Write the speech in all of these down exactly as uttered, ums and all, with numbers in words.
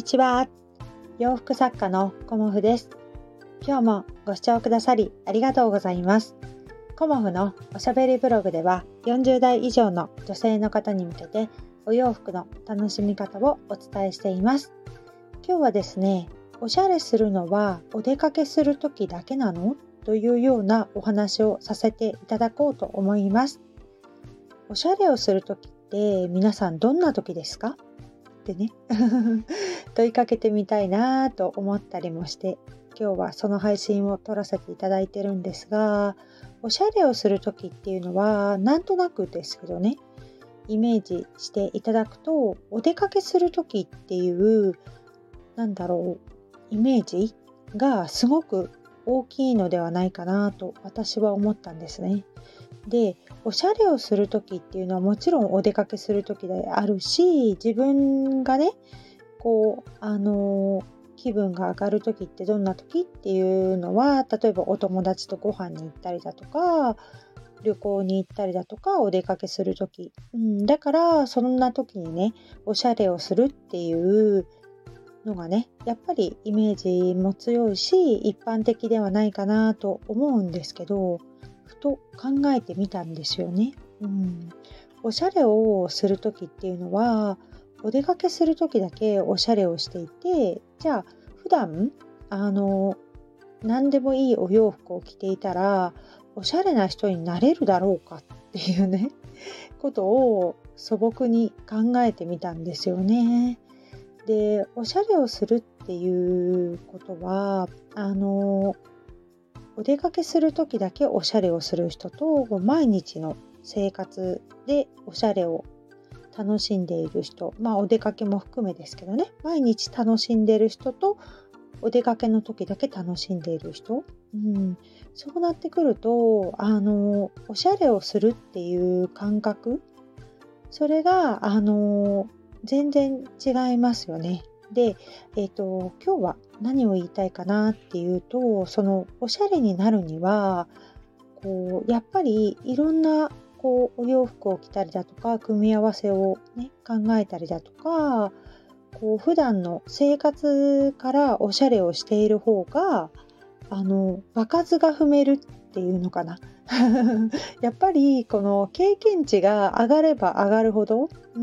にちは。洋服作家のコモフです。今日もご視聴くださりありがとうございます。コモフのおしゃべりブログではよんじゅうだい以上の女性の方に向けてお洋服の楽しみ方をお伝えしています。今日はですね、おしゃれするのはお出かけする時だけなの？というようなお話をさせていただこうと思います。おしゃれをする時って皆さんどんな時ですか？ってね問いかけてみたいなと思ったりもして、今日はその配信を撮らせていただいてるんですが、おしゃれをする時っていうのはなんとなくですけどね、イメージしていただくと、お出かけする時っていうなんだろうイメージがすごく大きいのではないかなと私は思ったんですね。で、おしゃれをする時っていうのはもちろんお出かけする時であるし、自分がねこうあの気分が上がる時ってどんな時っていうのは、例えばお友達とご飯に行ったりだとか、旅行に行ったりだとか、お出かけする時、うん、だからそんな時にねおしゃれをするっていうのがね、やっぱりイメージも強いし一般的ではないかなと思うんですけど、ふと考えてみたんですよね。うん、おしゃれをする時っていうのはお出かけする時だけおしゃれをしていて、じゃあ普段あの何でもいいお洋服を着ていたらおしゃれな人になれるだろうかっていうねことを素朴に考えてみたんですよね。で、おしゃれをするっていうことは、あのお出かけする時だけおしゃれをする人と、毎日の生活でおしゃれを楽しんでいる人、まあお出かけも含めですけどね、毎日楽しんでいる人とお出かけの時だけ楽しんでいる人、うん、そうなってくると、あのおしゃれをするっていう感覚、それがあの全然違いますよね。で、えっと今日は何を言いたいかなっていうと、そのおしゃれになるにはこうやっぱりいろんなこうお洋服を着たりだとか、組み合わせを、ね、考えたりだとか、こう普段の生活からおしゃれをしている方があの場数が踏めるっていうのかなやっぱりこの経験値が上がれば上がるほど、うん、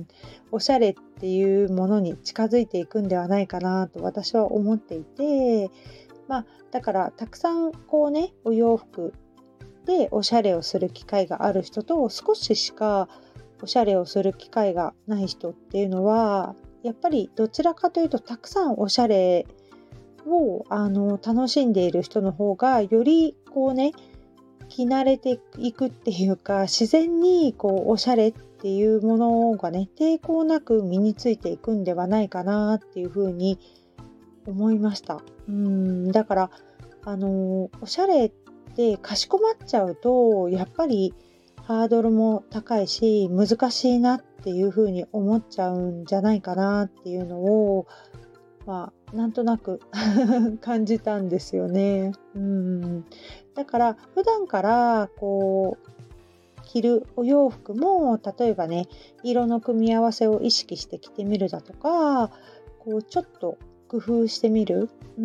おしゃれっていうものに近づいていくんではないかなと私は思っていて、まあだからたくさんこうねお洋服でおしゃれをする機会がある人と、少ししかおしゃれをする機会がない人っていうのは、やっぱりどちらかというとたくさんおしゃれをあの楽しんでいる人の方がよりこうね着慣れていくっていうか、自然にこうおしゃれっていうものがね抵抗なく身についていくんではないかなっていうふうに思いました。うん、だからあのおしゃれってかしこまっちゃうとやっぱりハードルも高いし難しいなっていうふうに思っちゃうんじゃないかなっていうのを、まあ、なんとなく感じたんですよね。うん、だから普段からこう着るお洋服も、例えばね色の組み合わせを意識して着てみるだとか、こうちょっと工夫してみる、うん、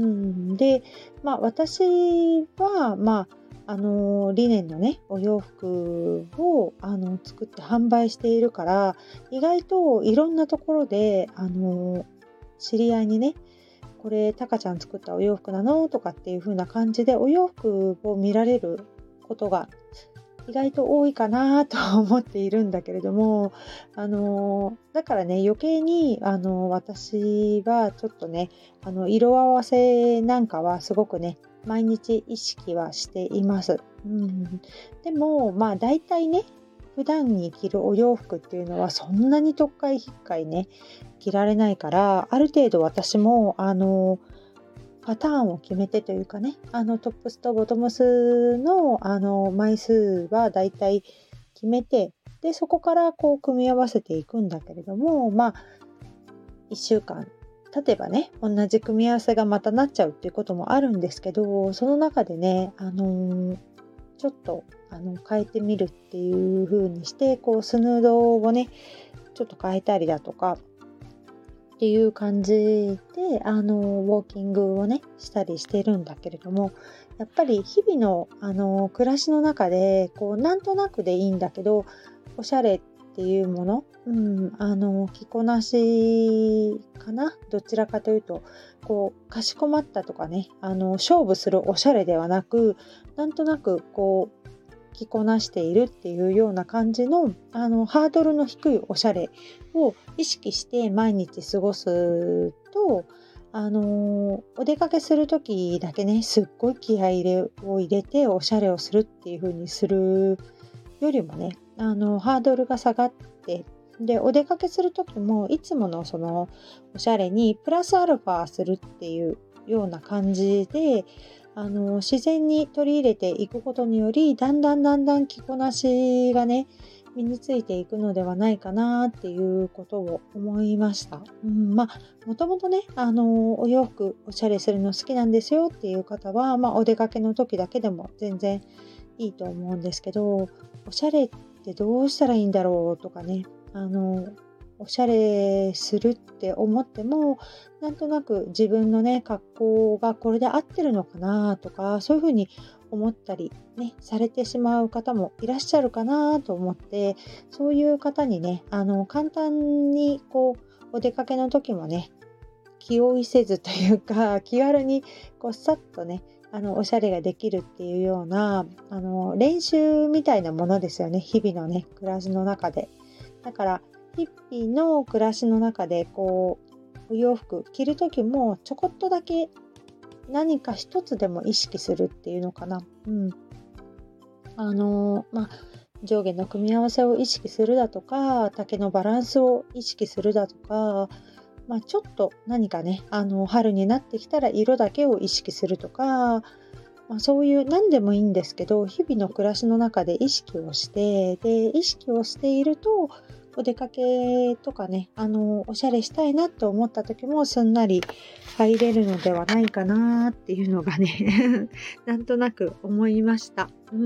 で、まあ私はまああのリネンのねお洋服をあの作って販売しているから、意外といろんなところであの知り合いにね、これタカちゃん作ったお洋服なのとかっていう風な感じでお洋服を見られることが意外と多いかなと思っているんだけれども、あのだからね余計にあの私はちょっとねあの色合わせなんかはすごくね毎日意識はしています。うん、でもまあ大体ね普段に着るお洋服っていうのはそんなに特会引っかいね着られないから、ある程度私もあのパターンを決めてというかね、あのトップスとボトムスのあの枚数はだいたい決めて、でそこからこう組み合わせていくんだけれども、まあいっしゅうかん経てばね同じ組み合わせがまたなっちゃうっていうこともあるんですけど、その中でねあのーちょっとあの変えてみるっていう風にして、こうスヌードをねちょっと変えたりだとかっっていう感じであのウォーキングをねしたりしてるんだけれども、やっぱり日々のあの暮らしの中でこうなんとなくでいいんだけど、おしゃれっていうもの、うん、あの着こなしかな、どちらかというとこうかしこまったとかね、あの勝負するおしゃれではなく、なんとなくこう着こなしているっていうような感じの、あのハードルの低いおしゃれを意識して毎日過ごすと、あのお出かけする時だけねすっごい気合い入れを入れておしゃれをするっていう風にするよりもね、あのハードルが下がって、でお出かけする時もいつものそのおしゃれにプラスアルファするっていうような感じで、あの自然に取り入れていくことにより、だんだんだんだん着こなしがね身についていくのではないかなっていうことを思いました。うん、まあもともとね、あのお洋服おしゃれするの好きなんですよっていう方は、まあ、お出かけの時だけでも全然いいと思うんですけど、おしゃれってどうしたらいいんだろうとかね、あのおしゃれするって思ってもなんとなく自分のね格好がこれで合ってるのかなとか、そういうふうに思ったりねされてしまう方もいらっしゃるかなと思って、そういう方にね、あの簡単にこうお出かけの時もね気負いせずというか、気軽にこうさっとねあのおしゃれができるっていうようなあの練習みたいなものですよね、日々のね暮らしの中で。だから日々の暮らしの中でこうお洋服着る時もちょこっとだけ何か一つでも意識するっていうのかな。うん。あのまあ上下の組み合わせを意識するだとか、丈のバランスを意識するだとか、まあ、ちょっと何かね、あの春になってきたら色だけを意識するとか、まあ、そういう何でもいいんですけど、日々の暮らしの中で意識をして、で意識をしているとお出かけとかね、あのおしゃれしたいなと思った時もすんなり入れるのではないかなっていうのがねなんとなく思いました。うん、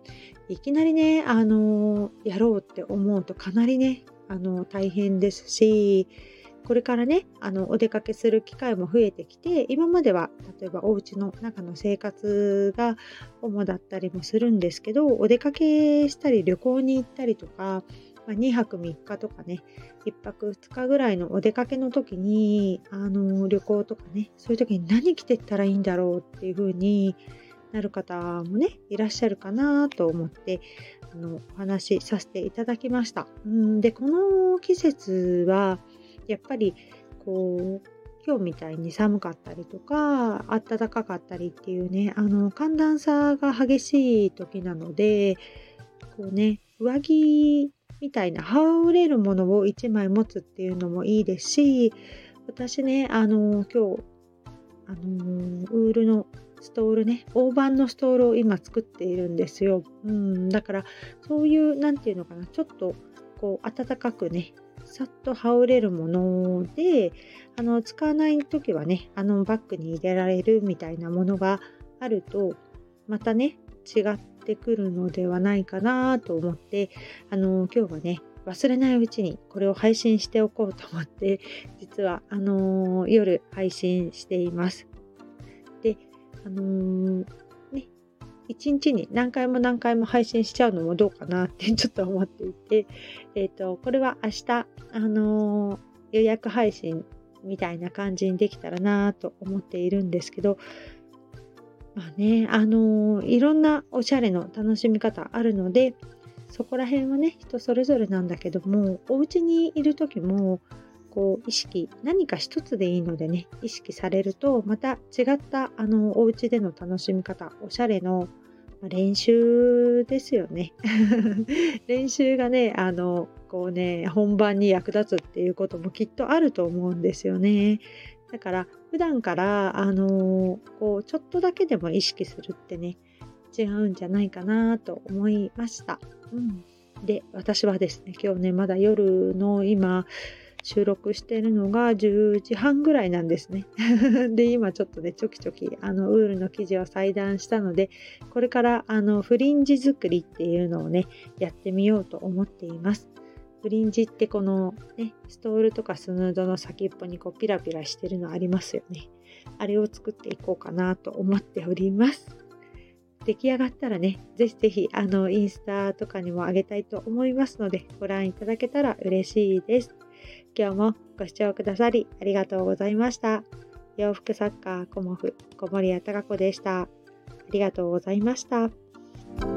いきなりね、あのやろうって思うとかなりね、あの大変ですし、これからね、あのお出かけする機会も増えてきて、今までは例えばお家の中の生活が主だったりもするんですけど、お出かけしたり旅行に行ったりとか、まあ、にはくみっかとかね、いっぱくふつかぐらいのお出かけの時に、あの旅行とかね、そういう時に何着てったらいいんだろうっていう風になる方もね、いらっしゃるかなと思って、あのお話しさせていただきました。うんで、この季節はやっぱりこう今日みたいに寒かったりとか暖かかったりっていうね、あの寒暖差が激しい時なので、こうね上着みたいな羽織れるものをいちまい持つっていうのもいいですし、私ね、あの今日あのウールのストールね、大判のストールを今作っているんですよ。うん、だからそういうなんていうのかな、ちょっとこう暖かくね、さっと羽織れるもので、あの使わない時はね、あのバッグに入れられるみたいなものがあると、またね違ってくるのではないかなと思って、あの今日はね忘れないうちにこれを配信しておこうと思って、実はあの夜配信しています。で、あのー、ね、一日に何回も何回も配信しちゃうのもどうかなってちょっと思っていて、えっと、これは明日、あのー、予約配信みたいな感じにできたらなと思っているんですけど、まあね、あのー、いろんなおしゃれの楽しみ方あるので、そこら辺はね、人それぞれなんだけども、お家にいる時も、こう意識何か一つでいいのでね、意識されるとまた違ったあのお家での楽しみ方、おしゃれの練習ですよね練習がね、あのこうね本番に役立つっていうこともきっとあると思うんですよね。だから普段からあのこうちょっとだけでも意識するってね、違うんじゃないかなと思いました。うん、で、私はですね、今日ねまだ夜の今収録しているのがじゅうじはんぐらいなんですねで、今ちょっとねちょきちょきあのウールの生地を裁断したので、これからあのフリンジ作りっていうのをねやってみようと思っています。 フリンジってこのね、ストールとかスヌードの先っぽにこうピラピラしてるのありますよね。あれを作っていこうかなと思っております。出来上がったらね、ぜひぜひあのインスタとかにもあげたいと思いますので、ご覧いただけたら嬉しいです。今日もご視聴くださりありがとうございました。洋服作家コモフ小森屋隆子でした。ありがとうございました。